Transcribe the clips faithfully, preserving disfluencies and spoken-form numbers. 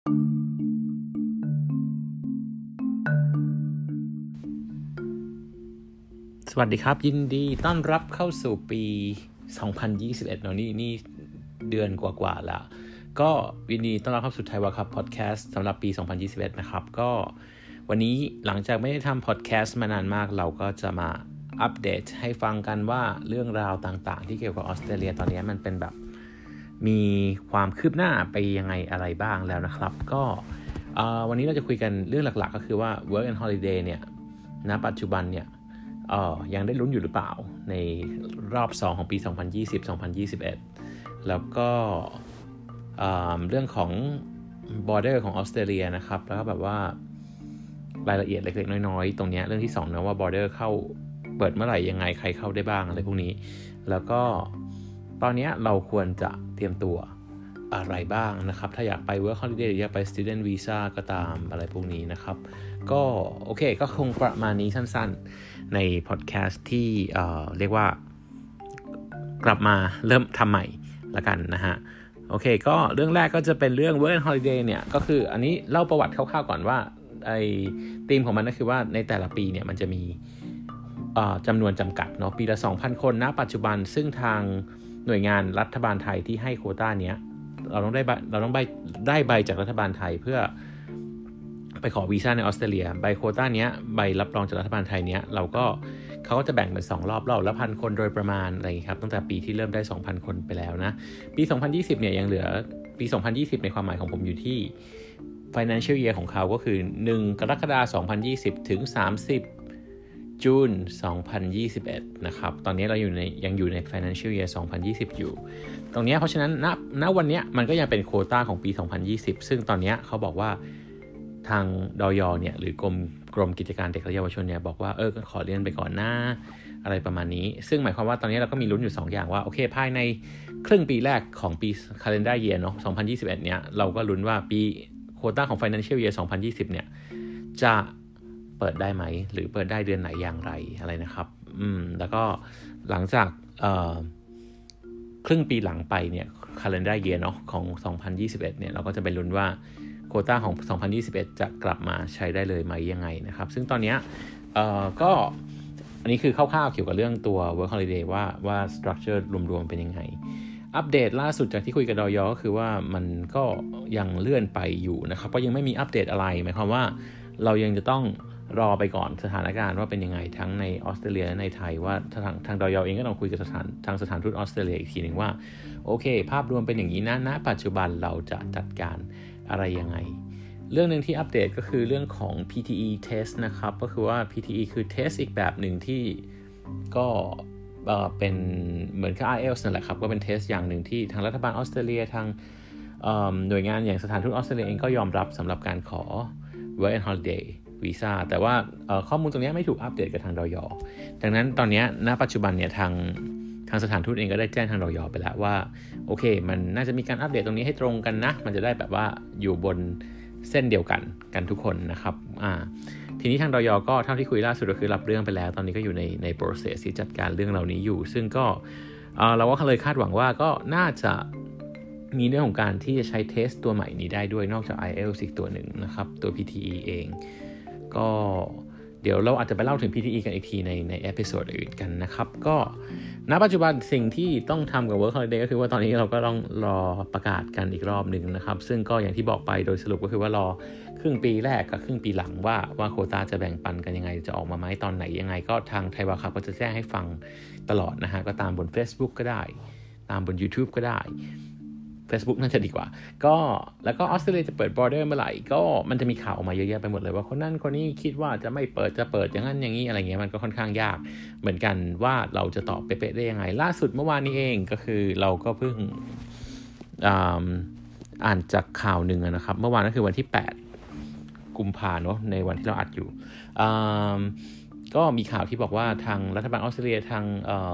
สวัสดีครับยินดีต้อนรับเข้าสู่ปีสองพันยี่สิบเอ็ดเนาะนี่นี่เดือนกว่าๆแล้วก็ยินดีต้อนรับเข้าสู่ไทยวาครับพอดแคสต์สำหรับปีสองพันยี่สิบเอ็ดนะครับก็วันนี้หลังจากไม่ได้ทำพอดแคสต์มานานมากเราก็จะมาอัปเดตให้ฟังกันว่าเรื่องราวต่างๆที่เกี่ยวกับออสเตรเลียตอนนี้มันเป็นแบบมีความคืบหน้าไปยังไงอะไรบ้างแล้วนะครับก็วันนี้เราจะคุยกันเรื่องหลักๆก็คือว่า work and holiday เนี่ยณปัจจุบันเนี่ยเอ่อยังได้ลุ้นอยู่หรือเปล่าในรอบสองของปีสองพันยี่สิบ สองพันยี่สิบเอ็ดแล้วก็เอ่อเรื่องของ border ของออสเตรเลียนะครับแล้วก็แบบว่ารายละเอียดเล็กๆน้อยๆตรงนี้เรื่องที่สองนะว่า border เข้าเปิดเมื่อไหร่ยังไงใครเข้าได้บ้างอะไรพวกนี้แล้วก็ตอนนี้เราควรจะเตรียมตัวอะไรบ้างนะครับถ้าอยากไป work holiday หรืออยากไป student visa ก็ตามอะไรพวกนี้นะครับก็โอเคก็คงประมาณนี้สั้นๆในพอดแคสต์ที่เอ่อเรียกว่ากลับมาเริ่มทำใหม่ละกันนะฮะโอเคก็เรื่องแรกก็จะเป็นเรื่อง work and holiday เนี่ยก็คืออันนี้เล่าประวัติคร่าวๆก่อนว่าไอ้ธีมของมันก็คือว่าในแต่ละปีเนี่ยมันจะมีเอ่อจำนวนจำกัดเนาะปีละ สองพัน คนณปัจจุบันซึ่งทางหน่วยงานรัฐบาลไทยที่ให้โควต้าเนี้ยเราต้องได้เราต้องใบได้ใบจากรัฐบาลไทยเพื่อไปขอวีซ่าในออสเตรเลียใบโควต้าเนี้ยใบรับรองจากรัฐบาลไทยเนี้ยเราก็เขาก็จะแบ่งเป็นสองรอบรอบละพันคนโดยประมาณอะไรครับตั้งแต่ปีที่เริ่มได้ สองพัน คนไปแล้วนะปีสองพันยี่สิบเนี่ยยังเหลือปีสองพันยี่สิบในความหมายของผมอยู่ที่ financial year ของเขาก็คือหนึ่งกรกฎาคมสองพันยี่สิบถึงสามสิบจูนสองพันยี่สิบเอ็ดนะครับตอนนี้เราอยู่ในยังอยู่ใน financial year สองพันยี่สิบอยู่ตรงนี้เพราะฉะนั้นณณวันนี้มันก็ยังเป็นโควต้าของปีสองพันยี่สิบซึ่งตอนนี้เขาบอกว่าทางดย.เนี่ยหรือกรมกรมกิจการเด็กและเยาวชนเนี่ยบอกว่าเออขอเรียนไปก่อนหน้าอะไรประมาณนี้ซึ่งหมายความว่าตอนนี้เราก็มีลุ้นอยู่สองอย่างว่าโอเคภายในครึ่งปีแรกของปี calendar year เนาะสองพันยี่สิบเอ็ดเนี่ยเราก็ลุ้นว่าปีโควต้าของ financial year สองพันยี่สิบเนี่ยจะเปิดได้ไหมหรือเปิดได้เดือนไหนอย่างไรอะไรนะครับอืมแล้วก็หลังจากเอ่อครึ่งปีหลังไปเนี่ย calendar year เนาะของสองพันยี่สิบเอ็ดเนี่ยเราก็จะไปลุ้นว่าโควต้าของสองพันยี่สิบเอ็ดจะกลับมาใช้ได้เลยไหมยังไงนะครับซึ่งตอนนี้เอ่อก็อันนี้คือคร่าวๆเกี่ยวกับเรื่องตัว work holiday ว่าว่า structure รวมๆเป็นยังไงอัปเดตล่าสุดจากที่คุยกับดย.ก็คือว่ามันก็ยังเลื่อนไปอยู่นะครับก็ยังไม่มีอัปเดตอะไรหมายความว่าเรายังจะต้องรอไปก่อนสถานการณ์ว่าเป็นยังไงทั้งในออสเตรเลียและในไทยว่าทางทางดย.เองก็ต้องคุยกับสถานทางสถานทูตออสเตรเลียอีกทีนึงว่าโอเคภาพรวมเป็นอย่างนี้นะณปัจจุบันเราจะจัดการอะไรยังไงเรื่องนึงที่อัปเดตก็คือเรื่องของ พี ที อี test นะครับก็คือว่า พี ที อี คือ test อีกแบบหนึ่งที่ก็เอ่อเป็นเหมือนกับ ไอ เอล ที เอส นั่นแหละครับก็เป็น test อย่างหนึ่งที่ทางรัฐบาลออสเตรเลียทางหน่วยงานอย่างสถานทูตออสเตรเลียเองก็ยอมรับสำหรับการขอ work and holiday วีซ่าแต่ว่าข้อมูลตรงนี้ไม่ถูกอัปเดตกับทางดย.ดังนั้นตอนนี้ณปัจจุบันเนี่ยทางทางสถานทูตเองก็ได้แจ้งทางดย.ไปแล้วว่าโอเคมันน่าจะมีการอัปเดตตรงนี้ให้ตรงกันนะมันจะได้แบบว่าอยู่บนเส้นเดียวกันกันทุกคนนะครับอ่าทีนี้ทางดย.ก็เท่าที่คุยล่าสุดก็คือรับเรื่องไปแล้วตอนนี้ก็อยู่ในใน process ที่จัดการเรื่องเหล่านี้อยู่ซึ่งก็เราก็เลยคาดหวังว่าก็น่าจะมีเรื่องของการที่จะใช้เทสตัวใหม่นี้ได้ด้วยนอกจาก ไอ เอล ที เอส อีกตัวหนึ่งนะครับตัว พี ที อี เองก็เดี๋ยวเราอาจจะไปเล่าถึง พี ที อี กันอีกทีในในเอพิโซดอื่นกันนะครับก็ณปัจจุบันสิ่งที่ต้องทำกับ work holiday ก็คือว่าตอนนี้เราก็ต้องรอประกาศกันอีกรอบหนึ่งนะครับซึ่งก็อย่างที่บอกไปโดยสรุปก็คือว่ารอครึ่งปีแรกกับครึ่งปีหลังว่าว่าโควต้าจะแบ่งปันกันยังไงจะออกมาไหมตอนไหนยังไงก็ทางไทยวาครับก็จะแจ้งให้ฟังตลอดนะฮะก็ตามบน Facebook ก็ได้ตามบน YouTube ก็ได้Facebook น่าจะดีกว่าก็แล้วก็ออสเตรเลียจะเปิด border เมื่อไหร่ก็มันจะมีข่าวออกมาเยอะแยะไปหมดเลยว่าคนนั้นคนนี้คิดว่าจะไม่เปิดจะเปิดอย่างนั้นอย่างนี้อะไรเงี้ยมันก็ค่อนข้างยากเหมือนกันว่าเราจะตอบเป๊ะๆได้ยังไงล่าสุดเมื่อวานนี้เองก็คือเราก็เพิ่งอ่าอ่านจากข่าวหนึ่งนะครับเมื่อวานก็คือวันที่แปดกุมภาพันธ์เนาะในวันที่เราอัดอยู่ก็มีข่าวที่บอกว่าทางรัฐบาลออสเตรเลียทาง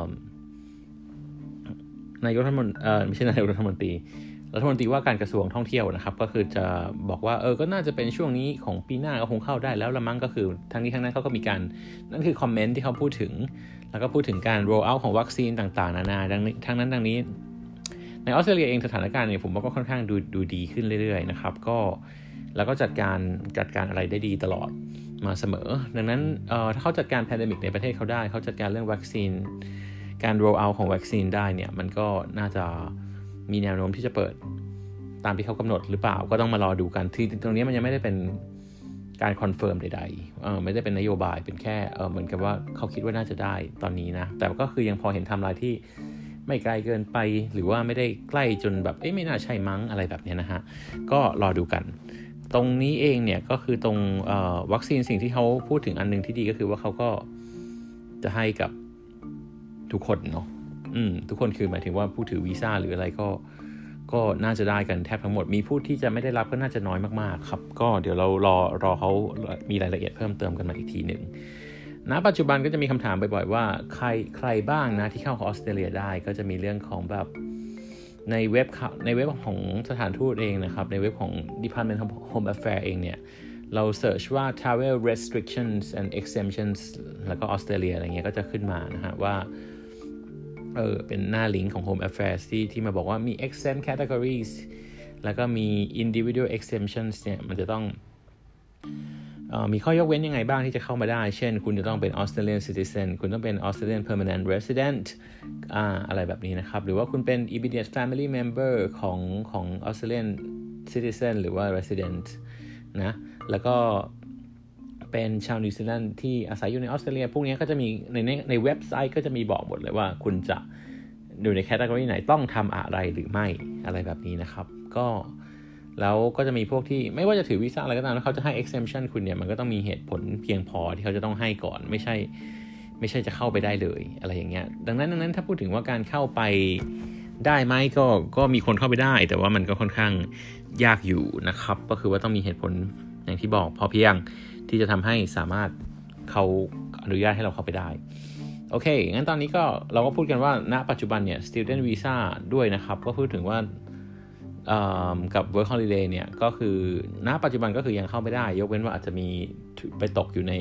นายกรัฐมนตรีเอ่อไม่ใช่นายกรัฐมนตรีรัฐมนตรีว่าการกระทรวงท่องเที่ยวนะครับก็คือจะบอกว่าเออก็น่าจะเป็นช่วงนี้ของปีหน้าก็คงเข้าได้แล้วละมั้งก็คือทั้งนี้ทั้งนั้นเขาก็มีการนั่นคือคอมเมนต์ที่เขาพูดถึงแล้วก็พูดถึงการ roll out ของวัคซีนต่างๆนานาดังนี้ทั้งนั้นดังนี้ในออสเตรเลียเองสถานการณ์เนี่ยผมว่าก็ค่อนข้างดูดูดีขึ้นเรื่อยๆนะครับก็แล้วก็จัดการจัดการอะไรได้ดีตลอดมาเสมอดังนั้นเอ่อถ้าเขาจัดการแพนเดมิกในประเทศเขาได้เขาจัดการเรื่องวัคซีนการ roll out ของวัคซีนได้เนี่ยมันก็น่าจะมีแนวโน้มที่จะเปิดตามที่เขากำหนดหรือเปล่าก็ต้องมารอดูกันที่ตรงนี้มันยังไม่ได้เป็นการคอนเฟิร์มใดๆเออไม่ได้เป็นนโยบายเป็นแค่เออเหมือนกับว่าเขาคิดว่าน่าจะได้ตอนนี้นะแต่ก็คือยังพอเห็นไทม์ไลน์ที่ไม่ไกลเกินไปหรือว่าไม่ได้ใกล้จนแบบเอ๊ะไม่น่าใช่มั้งอะไรแบบนี้นะฮะก็รอดูกันตรงนี้เองเนี่ยก็คือตรงวัคซีนสิ่งที่เขาพูดถึงอันนึงที่ดีก็คือว่าเขาก็จะให้กับทุกคนเนาะอืมทุกคนคือหมายถึงว่าผู้ถือวีซ่าหรืออะไรก็ก็น่าจะได้กันแทบทั้งหมดมีผู้ที่จะไม่ได้รับก็น่าจะน้อยมากๆครับก็เดี๋ยวเรารอรอเขามีรายละเอียดเพิ่มเติมกันมาอีกทีหนึ่งณปัจจุบันก็จะมีคำถามบ่อยๆว่าใครใครบ้างนะที่เข้าออสเตรเลียได้ก็จะมีเรื่องของแบบในเว็บในเว็บของสถานทูตเองนะครับในเว็บของ Department of Home Affairs เองเนี่ยเราเสิร์ชว่า travel restrictions and exemptions แล้วก็ออสเตรเลียอะไรเงี้ยก็จะขึ้นมานะฮะว่าเออเป็นหน้าลิงก์ของ Home Affairs ที่ที่มาบอกว่ามี exempt categories แล้วก็มี individual exemptions เนี่ยมันจะต้องเอ่อมีข้อยกเว้นยังไงบ้างที่จะเข้ามาได้เช่นคุณจะต้องเป็น Australian citizen คุณต้องเป็น Australian permanent resident อ่าอะไรแบบนี้นะครับหรือว่าคุณเป็น immediate family member ของของ Australian citizen หรือว่า resident นะแล้วก็เป็นชาวนิวซีแลนด์ที่อาศัยอยู่ในออสเตรเลียพวกนี้ก็จะมีในในเว็บไซต์ก็จะมีบอกหมดเลยว่าคุณจะอยู่ในแคตตากรีไหนต้องทำอะไรหรือไม่อะไรแบบนี้นะครับก็แล้วก็จะมีพวกที่ไม่ว่าจะถือวีซ่าอะไรก็ตามแล้วเขาจะให้ exemption คุณเนี่ยมันก็ต้องมีเหตุผลเพียงพอที่เขาจะต้องให้ก่อนไม่ใช่ไม่ใช่จะเข้าไปได้เลยอะไรอย่างเงี้ยดังนั้นดังนั้นถ้าพูดถึงว่าการเข้าไปได้ไหมก็ก็มีคนเข้าไปได้แต่ว่ามันก็ค่อนข้างยากอยู่นะครับก็คือว่าต้องมีเหตุผลอย่างที่บอกพอเพียงที่จะทำให้สามารถเขาอนุญาตให้เราเข้าไปได้โอเคงั้นตอนนี้ก็เราก็พูดกันว่าณปัจจุบันเนี่ย student visa ด้วยนะครับก็พูดถึงว่ากับ work holiday เนี่ยก็คือณปัจจุบันก็คือยังเข้าไม่ได้ยกเว้นว่าอาจจะมีไปตกอยู่ใน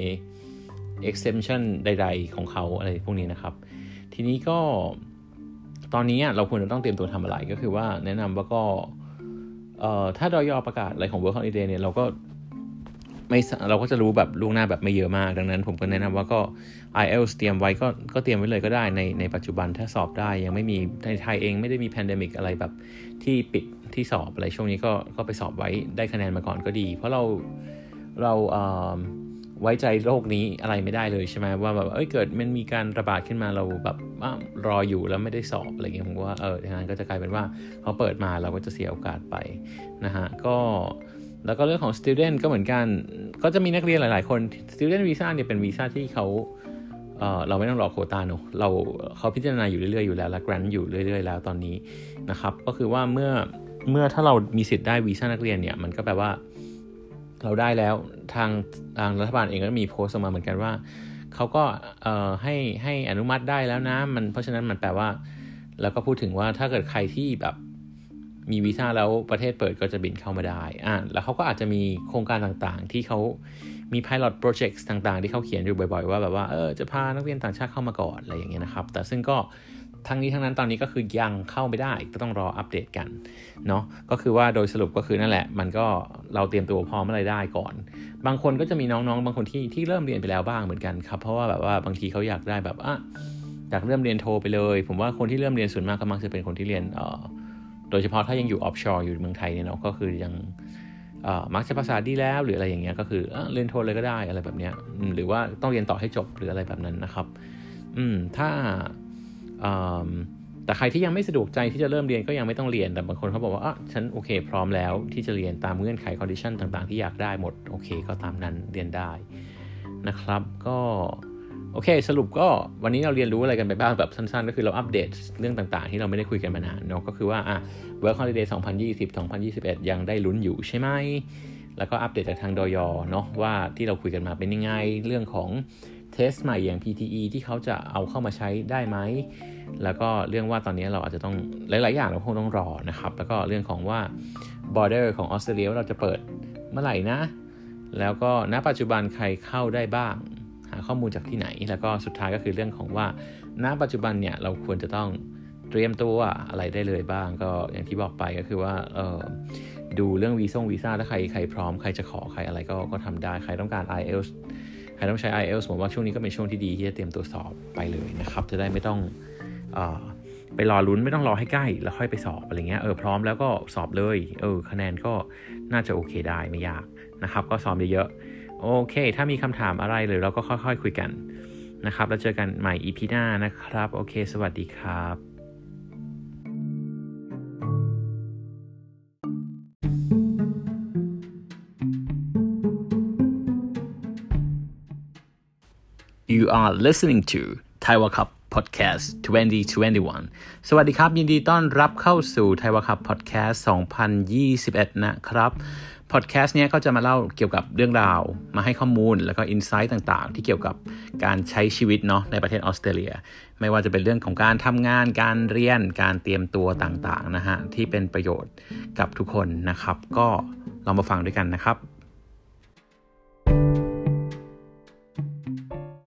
exemption ใดๆของเขาอะไรพวกนี้นะครับทีนี้ก็ตอนนี้เราควรจะต้องเตรียมตัวทำอะไรก็คือว่าแนะนำว่าก็ถ้าดย.ประกาศอะไรของ work holiday เนี่ยเราก็ไม่เราก็จะรู้แบบล่วงหน้าแบบไม่เยอะมากดังนั้นผมก็แนะนำว่าก็ ไอ เอล ที เอส เตรียมไว้ก็ก็เตรียมไว้เลยก็ได้ในในปัจจุบันถ้าสอบได้ยังไม่มีในไทยเองไม่ได้มีแพนเดมิกอะไรแบบที่ปิดที่สอบอะไรช่วงนี้ก็ก็ไปสอบไว้ได้คะแนนมาก่อนก็ดีเพราะเราเราเอ่อไว้ใจโรคนี้อะไรไม่ได้เลยใช่ไหมว่าแบบเอ้ยเกิดมันมีการระบาดขึ้นมาเราแบบรออยู่แล้วไม่ได้สอบอะไรเงี้ยผมว่าเอออย่างนั้นก็จะกลายเป็นว่าเขาเปิดมาเราก็จะเสียโอกาสไปนะฮะก็แล้วก็เรื่องของ student ก็เหมือนกันก็จะมีนักเรียนหลายๆคน student visa เนี่ยเป็นวีซ่าที่เขาเอ่อเราไม่ต้องรอโควต้าเนอะเราเขาพิจารณาอยู่เรื่อยๆอยู่แล้วและ grant อยู่เรื่อยๆแล้วตอนนี้นะครับก็คือว่าเมื่อเมื่อถ้าเรามีสิทธิ์ได้วีซ่านักเรียนเนี่ยมันก็แปลว่าเราได้แล้วทางทางรัฐบาลเองก็มีโพสต์ออกมาเหมือนกันว่าเขาก็เอ่อให้ให้อนุมัติได้แล้วนะมันเพราะฉะนั้นมันแปลว่าแล้วก็พูดถึงว่าถ้าเกิดใครที่แบบมีวีซ่าแล้วประเทศเปิดก็จะบินเข้ามาได้อ่ะแล้วเขาก็อาจจะมีโครงการต่างๆที่เขามี pilot projects ต่างๆที่เขาเขียนอยู่บ่อยๆว่าแบบว่าเออจะพานักเรียนต่างชาติเข้ามาก่อนอะไรอย่างเงี้ยนะครับแต่ซึ่งก็ทั้งนี้ทั้งนั้นตอนนี้ก็คือยังเข้าไม่ได้ก็ต้องรออัปเดตกันเนาะก็คือว่าโดยสรุปก็คือนั่นแหละมันก็เราเตรียมตัวพร้อมอะไรได้ก่อนบางคนก็จะมีน้องๆบางคนที่ที่เริ่มเรียนไปแล้วบ้างเหมือนกันครับเพราะว่าแบบว่าบางทีเขาอยากได้แบบอ่ะอยากเริ่มเรียนโทไปเลยผมว่าคนที่เริ่มเรียนส่วนมากก็มักจะเป็นคนที่เรียนเอ่อโดยเฉพาะถ้ายังอยู่ออฟชอร์อยู่เมืองไทยเนี่ยเนาะก็คือยังเอ่อมักจะภาษาดีแล้วหรืออะไรอย่างเงี้ยก็คือเอ่อเรียนโทเลยก็ได้อะไรแบบเนี้ยหรือว่าต้องเรียนต่อให้จบหรืออะไรแบบนั้นนะครับอืมถ้าอ่าแต่ใครที่ยังไม่สะดวกใจที่จะเริ่มเรียนก็ยังไม่ต้องเรียนแต่บางคนเขาบอกว่าอ่ะฉันโอเคพร้อมแล้วที่จะเรียนตามเงื่อนไขคอนดิชันต่างๆที่อยากได้หมดโอเคก็ตามนั้นเรียนได้นะครับก็โอเคสรุปก็วันนี้เราเรียนรู้อะไรกันไปบ้างแบบสั้นๆก็คือเราอัปเดตเรื่องต่างๆที่เราไม่ได้คุยกันมานานเนาะก็คือว่าอ่ะ Work Holiday สองพันยี่สิบ สองพันยี่สิบเอ็ดยังได้ลุ้นอยู่ใช่ไหมแล้วก็อัปเดตจากทางดย.เนาะว่าที่เราคุยกันมาเป็นยังไงเรื่องของเทสใหม่อย่าง พี ที อี ที่เขาจะเอาเข้ามาใช้ได้ไหมแล้วก็เรื่องว่าตอนนี้เราอาจจะต้องหลายๆอย่างเราคงต้องรอนะครับแล้วก็เรื่องของว่า border ของออสเตรเลียว่าเราจะเปิดเมื่อไหร่นะแล้วก็ณปัจจุบันใครเข้าได้บ้างหาข้อมูลจากที่ไหนแล้วก็สุดท้ายก็คือเรื่องของว่าณปัจจุบันเนี่ยเราควรจะต้องเตรียมตัวอะไรได้เลยบ้างก็อย่างที่บอกไปก็คือว่าเออดูเรื่องวีซ่งวีซ่าถ้าใครใครพร้อมใครจะขอใครอะไรก็ก็ทำได้ใครต้องการ ไอ เอล ที เอส ใครต้องใช้ ไอ เอล ที เอส ผมว่าช่วงนี้ก็เป็นช่วงที่ดีที่จะเตรียมตัวสอบไปเลยนะครับจะได้ไม่ต้องเอ่อไปรอลุ้นไม่ต้องรอให้ใกล้แล้วค่อยไปสอบอะไรเงี้ยเออพร้อมแล้วก็สอบเลยเออคะแนนก็น่าจะโอเคได้ไม่ยากนะครับก็ซ้อมเยอะๆโอเคถ้ามีคำถามอะไรเลยเราก็ค่อยๆคุยกันนะครับแล้วเจอกันใหม่ อี พี หน้านะครับโอเคสวัสดีครับ You are listening to Taiwan Cup Podcast twenty twenty-one สวัสดีครับยินดีต้อนรับเข้าสู่ Taiwan Cup Podcast สองพันยี่สิบเอ็ดนะครับ Podcast เนี้ยก็จะมาเล่าเกี่ยวกับเรื่องราวมาให้ข้อมูลแล้วก็อินไซต์ต่างๆที่เกี่ยวกับการใช้ชีวิตเนาะในประเทศออสเตรเลียไม่ว่าจะเป็นเรื่องของการทำงานการเรียนการเตรียมตัวต่างๆนะฮะที่เป็นประโยชน์กับทุกคนนะครับก็ลองมาฟังด้วยกันนะครับ